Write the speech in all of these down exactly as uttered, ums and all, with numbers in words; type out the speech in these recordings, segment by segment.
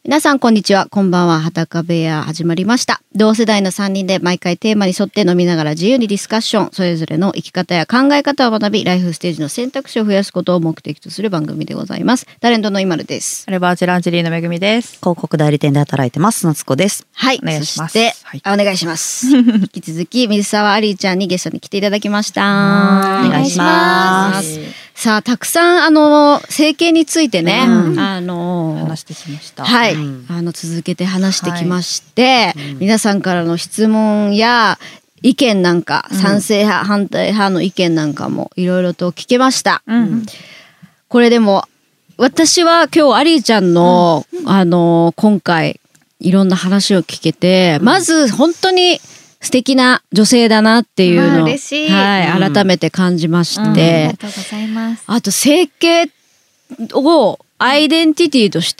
皆さんこんにちは、こんばんは。裸部屋始まりました。同世代のさんにんで毎回テーマに沿って飲みながら自由にディスカッション、それぞれの生き方や考え方を学び、ライフステージの選択肢を増やすことを目的とする番組でございます。タレントの今るです。 アルバーチェランジェリーのめぐみです。 広告代理店で働いてます夏子です。 はい、 お願いします。 そして、 はい、 お願いします引き続き水沢アリーちゃんにゲストに来ていただきました。 お願いします。 さあ、たくさんあの整形についてね、 うん、 あの話してきました。 はい、 うん、 あの続けて話してきまして、はい、 うん、 皆さんからの質問や意見なんか、うん、賛成派反対派の意見なんかもいろいろと聞けました、うん、これでも私は今日アリーちゃんの、うん、あの今回いろんな話を聞けて、うん、まず本当に素敵な女性だなっていうのを、まあ、嬉しい、はい、改めて感じまして、うん、ありがとうございます。 あと整形をアイデンティティとして、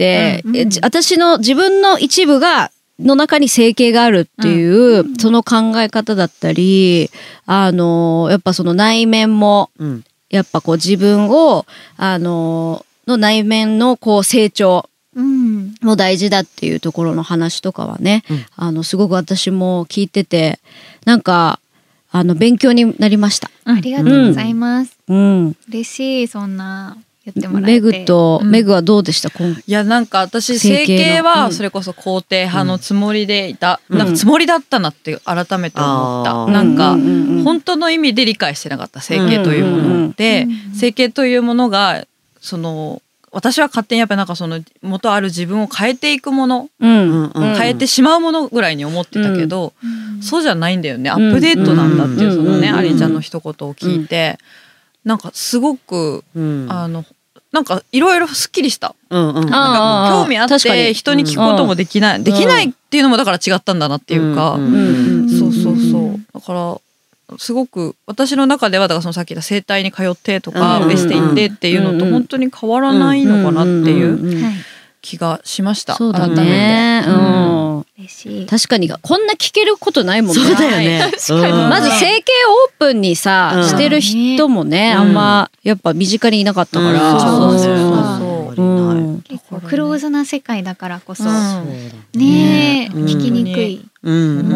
うんうん、私の自分の一部がの中に整形があるっていう、うん、その考え方だったり、あのやっぱその内面も、うん、やっぱこう自分をあのの内面のこう成長も大事だっていうところの話とかはね、うん、あのすごく私も聞いててなんかあの勉強になりました。 ありがとうございます。 うん、 嬉しい、そんな言ってもらえて。 メグと、うん、メグはどうでした？ いやなんか私整形はそれこそ肯定派のつもりでいた、うん、なんかつもりだったなって改めて思った、うん、なんか、うん、本当の意味で理解してなかった整形というもので、うん、整形というものがその私は勝手にやっぱなんかその元ある自分を変えていくもの、うんうん、変えてしまうものぐらいに思ってたけど、うん、そうじゃないんだよね、アップデートなんだっていうそのね、アリーちゃんの一言を聞いて、なんかすごく、うん、あのなんかいろいろすっきりした、うんうん、なんか興味あって人に聞くこともできない、うん、できないっていうのもだから違ったんだなっていうか、うんうん、そうそうそうだからすごく私の中ではだからそのさっき言った整体に通ってとか、うん、エステ行ってっていうのと本当に変わらないのかなっていう気がしました。 そうだね、うん、嬉しい。確かにこんな聞けることないもんね。 そうだよね。 まず整形オープンにさ、うん、してる人もね、うん、あんまやっぱ身近にいなかったから、うん、そうそうそう、うん、 結構クローズな世界だからこそ、うん、ねえ、うん、聞きにくい、 うん、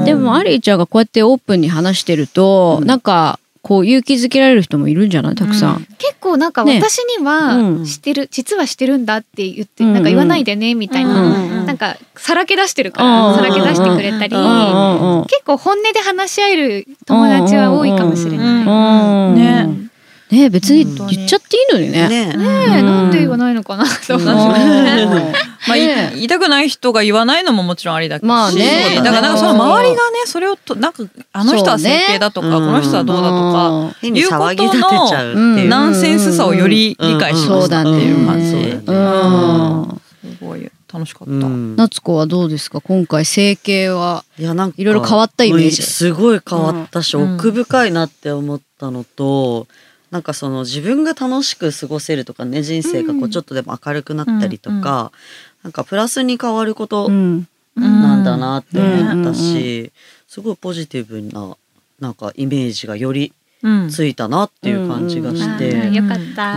でもアリーちゃんがこうやってオープンに話してると、うん、なんかこう勇気づけられる人もいるんじゃない？たくさん、うん、 結構なんか私にはしてる、ね、実はしてるんだって言って、うん、なんか言わないでねみたいな、うんうん、なんかさらけ出してるから、うん、さらけ出してくれたり、うんうん、結構本音で話し合える友達は多いかもしれない、うんうん、 ねね、別に言っちゃっていいのにね。 ねえ、なんで言わないのかなと思って。 まあ言いたくない人が言わないのももちろんありだし、まあね、だからなんかその周りがねそれをとなんかあの人は整形だとか、この人はどうだとかいうことのナンセンスさをより理解しましたっていう感じ。すごい楽しかった。 夏子はどうですか？今回整形はいろいろ変わったイメージ。 すごい変わったし、奥深いなって思ったのと。なんかその自分が楽しく過ごせるとかね、人生がこうちょっとでも明るくなったりとか、うん、なんかプラスに変わることなんだなって思ったし、すごいポジティブななんかイメージがよりついたなっていう感じがして、 うんうん、よかった。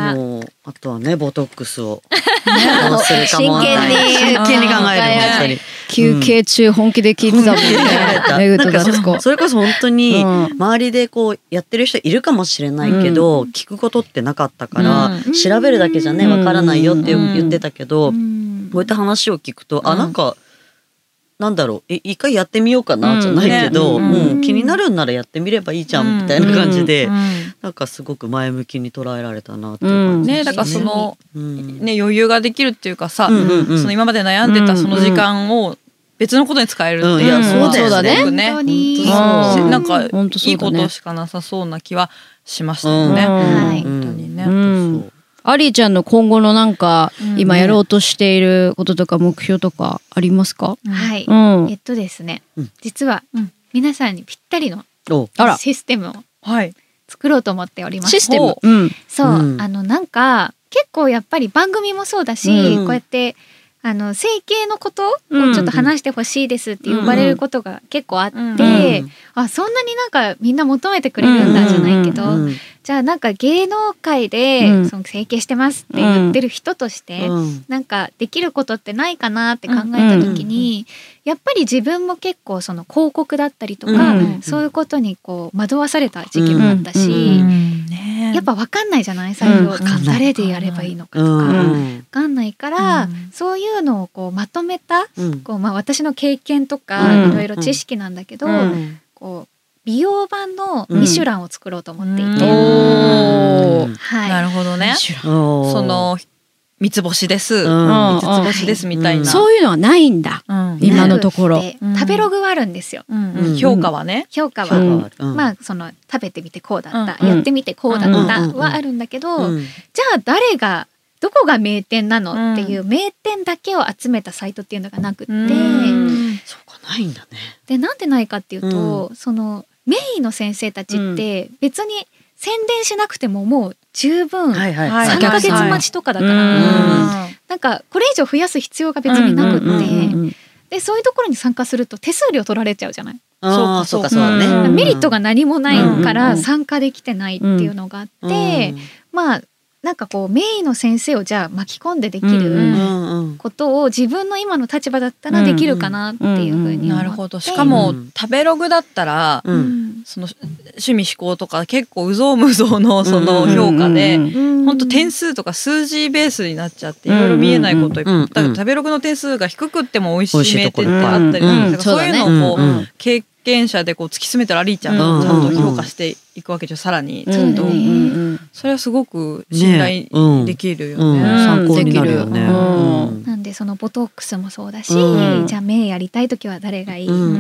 もうあとはねボトックスをどうするかも真剣に真剣に考える本当に休憩中本気で聞いてたもんね。メグと夏子。 それこそ本当に周りでこうやってる人いるかもしれないけど、うん、聞くことってなかったから、うん、調べるだけじゃねわからないよって言ってたけど、うん、こういった話を聞くと、うん、あなんかなんだろうえ一回やってみようかなじゃないけど、うんねうん、気になるんならやってみればいいじゃんみたいな感じで、うん、なんかすごく前向きに捉えられたなっていう感じですね。 ね、だからその、うん、ね余裕ができるっていうかさ、うんうんうん、その今まで悩んでたその時間を別のことに使えるっていうのは、うん、 そうだね。 ね、 本当になんかいいことしかなさそうな気はしましたよね。うんはい、本当にね。 うんアリーちゃんの今後のなんか、うん、今やろうとしていることとか目標とかありますか？ はい、うん、えっとですね、うん、実は、うん、皆さんにぴったりのシステムを作ろうと思っております。 システム、 うん、そう、うん、あのなんか結構やっぱり番組もそうだし、うん、こうやってあの整形のことをちょっと話してほしいですって呼ばれることが結構あって、うんうん、あそんなになんかみんな求めてくれるんだじゃないけど、うんうん、じゃあなんか芸能界でその整形してますって言ってる人として、うん、なんかできることってないかなって考えた時に、やっぱり自分も結構その広告だったりとか、うん、そういうことにこう惑わされた時期もあったし、うんうんね、やっぱ分かんないじゃない最初、うん、誰でやればいいのかとか、うん、分かんないから、うん、そういうのをこうまとめた、うん、こうまあ、私の経験とかいろいろ知識なんだけど、うん、こう美容版のミシュランを作ろうと思っていて、うん、 おはい、なるほどね。その三つ星です、うん、三つ星ですみたいな、 そういうのはないんだ、うん、今のところ。 食べログはあるんですよ、 うんうん、評価はね評価は、うん、まあその食べてみてこうだった、うん、やってみてこうだったはあるんだけど、うん、じゃあ誰がどこが名店なのっていう名店だけを集めたサイトっていうのがなくって、うん、 そうかないんだね。 でなんでないかっていうと、うん、そのメインの先生たちって別に宣伝しなくてももう十分さんかげつ待ちとかだから、なんかこれ以上増やす必要が別になくって、でそういうところに参加すると手数料取られちゃうじゃない。 あそうかそうかそうね。 メリットが何もないから参加できてないっていうのがあって、まあなんかこうメインの先生をじゃあ巻き込んでできることを自分の今の立場だったらできるかなっていうふうに思って、 なるほど。しかも食べログだったら、うん、その趣味嗜好とか結構うぞうむぞうのその評価で本当点数とか数字ベースになっちゃっていろいろ見えないこといっぱい、だから食べログの点数が低くっても美味しい名店ってあったり、うんうん、そういうのをこう経験者でこう突き詰めたらリーちゃんがちゃんと評価していくわけじゃさらにちゃんと、うんうん、それはすごく信頼できるよね、 ね、うん、参考になるよね、 うん、なんでそのボトックスもそうだし、うん、じゃあ目やりたい時は誰がいい、うん、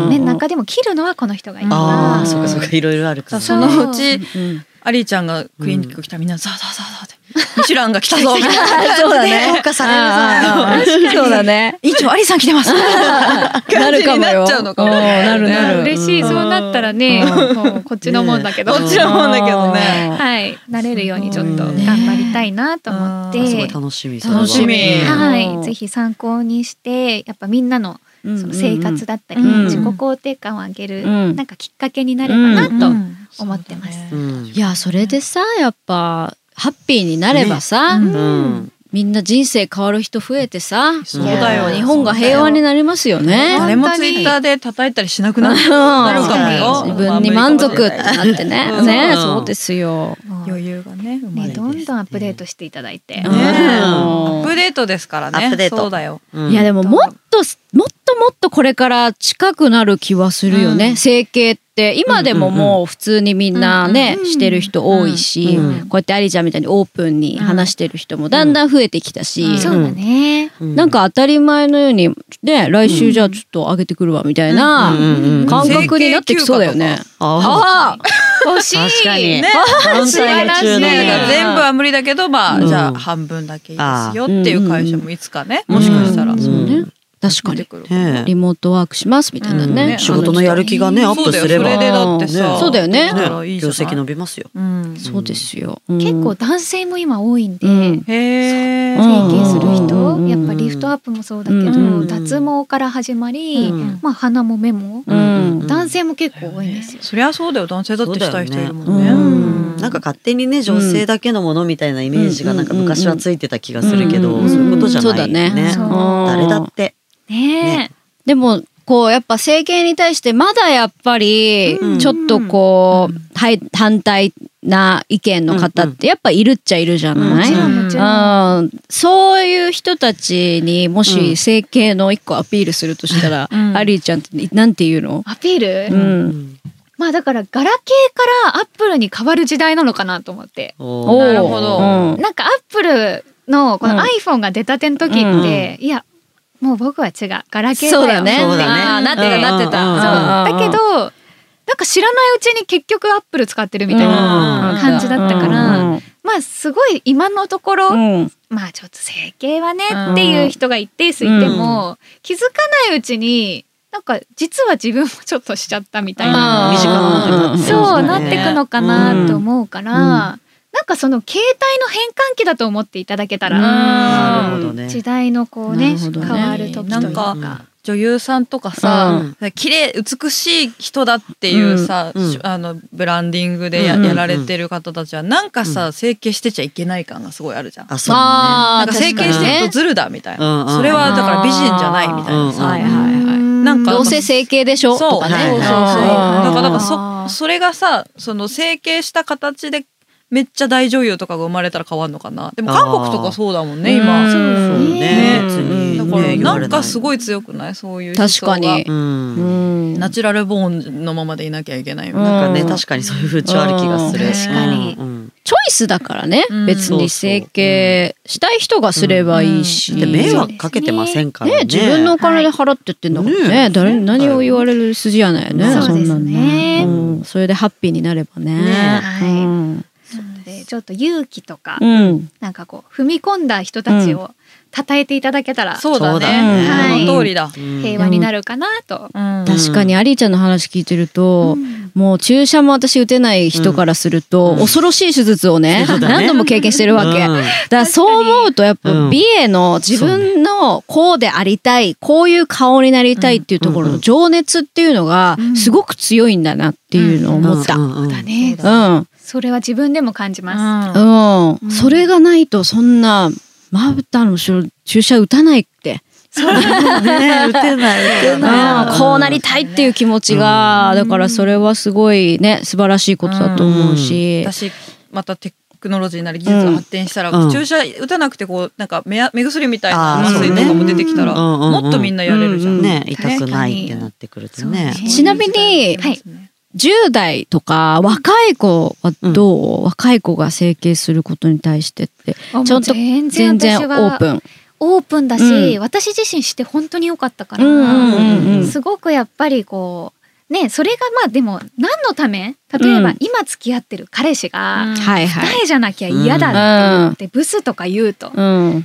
目の中でも切るのはこの人がいい、うん、 ああそうかそうかいろいろあるから、 そのうち、うん、アリーちゃんがクリニック来たらみんなザーザーザーザーってミシュランが来たぞみたいなそうだね評価されるぞそうだねいつもアリーさん来てますなるかもよ。 なっちゃうのかも、 なるなる嬉しい。そうなったらねこっちのもんだけどこっちのもんだけどねはいなれるようにちょっと頑張りたいなと思ってすごい楽しみ楽しみはいぜひ参考にしてやっぱみんなのその生活だったり自己肯定感を上げるなんかきっかけになればなと思ってます。 いやそれでさやっぱハッピーになればさ、ねうん、みんな人生変わる人増えてさ、 そうだよ日本が平和になりますよね。 誰もツイッターで叩いたりしなくなるかもよ。 自分に満足ってなってね、うん、ね、そうですよ。 余裕がね、 ねどんどんアップデートしていただいて、 ね、アップデートですからね。 アップデートそうだよ。 いやでももっともっともっとこれから近くなる気はするよね、うん、整形って今でももう普通にみんなね、うんうん、してる人多いし、うんうん、こうやってアリちゃんみたいにオープンに話してる人もだんだん増えてきたし、うんうん、そうだね、 なんか当たり前のようにね来週じゃあちょっと上げてくるわみたいな感覚になってきそうだよね。 ああ欲しい確かにね、 反対中ね全部は無理だけどまあ、うん、じゃあ半分だけいいですよっていう会社もいつかね、うん、もしかしたら、うんそうね確かにリモートワークしますみたいなね、うんね、 仕事のやる気がねアップすればそれでだってさそうだよね業績伸びますよ、 うん、そうですよ、 うん、結構男性も今多いんで、うん、 へ整形する人、うん、やっぱリフトアップもそうだけど、うん、脱毛から始まり、うん、まあ鼻も目も、うん、男性も結構多いんですよ。 そりゃそうだよ男性だってしたい人いるもんね、 うん、なんか勝手にね女性だけのものみたいなイメージがなんか昔はついてた気がするけど、うん、そういうことじゃないよね、ね誰だってねね、でもこうやっぱ整形に対してまだやっぱりちょっとこう、うんはい、反対な意見の方ってやっぱいるっちゃいるじゃない、うんうんうん、そういう人たちにもし整形の一個アピールするとしたら、うん、アリーちゃんってなんて言うの？ アピール、 うん、 まあだからガラケーからアップルに変わる時代なのかなと思って。 おなるほど、 うん、なんかアップルのこの iPhone が出たての時って、うん、いやもう僕は違うガラケーだよ。 そうだね。 そうだね。 あなってたなってた。 そうだけどなんか知らないうちに結局アップル使ってるみたいな感じだったから、まあすごい今のところ、うん、まあちょっと整形はねっていう人が一定数いても、うん、気づかないうちになんか実は自分もちょっとしちゃったみたいな、 身近なそうなってくのかなと思うから。うんうんなんなんかその携帯の変換器だと思っていただけたら、 なるほどね。 時代のこうねなるほどね変わる時というか。 なんか女優さんとかさ、綺麗美しい人だっていうさ、 うん、 あのブランディングで や,、うん、やられてる方たちはなんかさ、うん、整形してちゃいけない感がすごいあるじゃん。 あ、そうね。 なんか整形してるとズルだみたいな、うん、それはだから美人じゃないみたいなさ、はいはいはい、なんかどうせ整形でしょとかね。 そうそうそう。だからなんかそそれがさ、その整形した形でめっちゃ大女優とかが生まれたら変わるのかな。でも韓国とかそうだもんね今。 そうね。別にだからなんかすごい強くないそういう人が。 確かに。うん、 ナチュラルボーンのままでいなきゃいけない。 なんかね確かにそういう風潮ある気がする。 確かに。 チョイスだからね。別に整形したい人がすればいいし。 で迷惑かけてませんからね。 自分のお金で払ってってんだからね。誰に何を言われる筋やないよね。 そうですね。 それでハッピーになればね。 はい。でちょっと勇気とか、うん、なんかこう踏み込んだ人たちを称えていただけたら、うん、 そうだね、はい、その通りだ、 平和になるかなと、 うん、確かにアリーちゃんの話聞いてると、うん、もう注射も私打てない人からすると、うん、恐ろしい手術をね、うん、何度も経験してるわけ、うん、だからそう思うとやっぱ美への自分のこうでありたい、こういう顔になりたいっていうところの情熱っていうのがすごく強いんだなっていうのを思った。 だね。 うん。 それは自分でも感じます。 うん。うん、それがないとそんなまぶたの後ろ注射打たないって。 そうだね。打てない打てない。 こうなりたいっていう気持ちが、うん、だからそれはすごいね素晴らしいことだと思うし。 うん、私またテクノロジーなり技術が発展したら、うん、注射打たなくてこうなんか目目薬みたいな麻酔とかも出てきたら、もっとみんなやれるじゃん。 ね、痛くないってなってくるとね。 ちなみに。はい。じゅう代とか若い子はどう、うん、若い子が整形することに対してってちょっと全然オープンオープンだし、うん、私自身して本当に良かったから、うんうんうん、すごくやっぱりこうねそれがまあでも何のため例えば今付き合ってる彼氏が二重じゃなきゃ嫌だって言ってブスとか言うと、うん、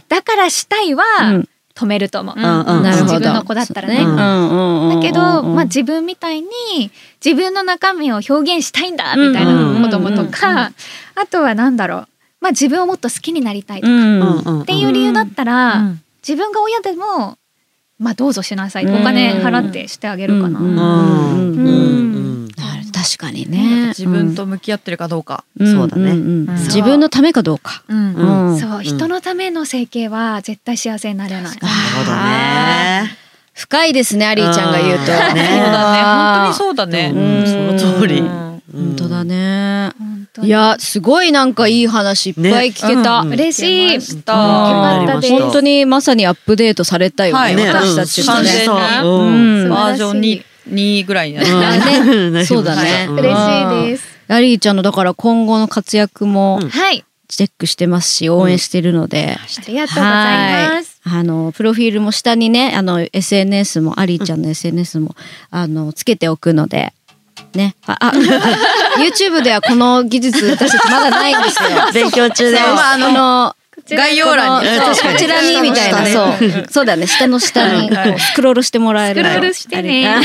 だからしたいは、うん止めると思う、うんうん、自分の子だったらね、うん、だけど、まあ、自分みたいに自分の中身を表現したいんだみたいな子供とか、あとはなんだろう、まあ、自分をもっと好きになりたいとかっていう理由だったら、うん、自分が親でも、まあ、どうぞしなさい、お金払ってしてあげるかな。 確かにね自分と向き合ってるかどうか、 うん、そうだね、うんうんうん、自分のためかどうか、 うんうんうん、そう人のための整形は絶対幸せになれない。なるほどね。 深いですねアリーちゃんが言うと、ね、そうだね本当にそうだね、 うん、その通り、うん、 本当だね。いやすごいなんかいい話いっぱい聞けた、 ねうん、嬉しい。よかったです。本当にまさにアップデートされたよね、はい、私たちもね、 うん、バージョンににぐらいになる、ね、そうだね、 嬉しいです。 アリーちゃんのだから今後の活躍もチェックしてますし応援してるので、 うん、ありがとうございます。 あのプロフィールも下にねあの エスエヌエス もアリーちゃんの エスエヌエス もあのつけておくのでね、ああYouTube ではこの技術私たちまだないんですよ。 勉強中です。 まああの概要欄にこちらにみたいな、そうそうだね、下の下にこうスクロールしてもらえるスクロールしてねあ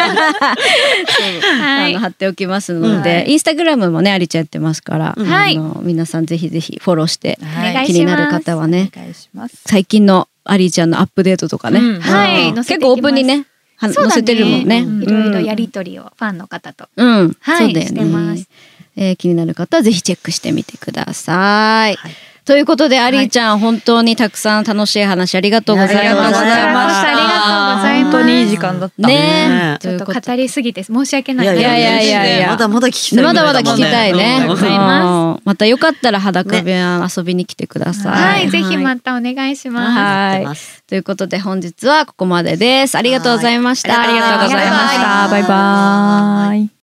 の貼っておきますので、インスタグラムもねアリちゃんやってますから、あの皆さんぜひぜひフォローして気になる方はね最近のアリちゃんのアップデートとかね、結構オープンにね載せてるもんね。 いろいろやり取りをファンの方と、 うん、そうだよね。え気になる方はぜひチェックしてみてください。ということでアリーちゃん、はい、本当にたくさん楽しい話ありがとうございました。 ありがとうございました。ありがとうございます。 本当にいい時間だったね。 ちょっと語りすぎて申し訳ない。 いやいやいやいやいや、 まだまだ聞きたい。 まだまだ聞きたいね。ございます。またよかったら裸部屋遊びに来てください。 はい、ぜひまたお願いします。 はい。ということで本日はここまでです。ありがとうございました。 ありがとうございました。バイバーイ。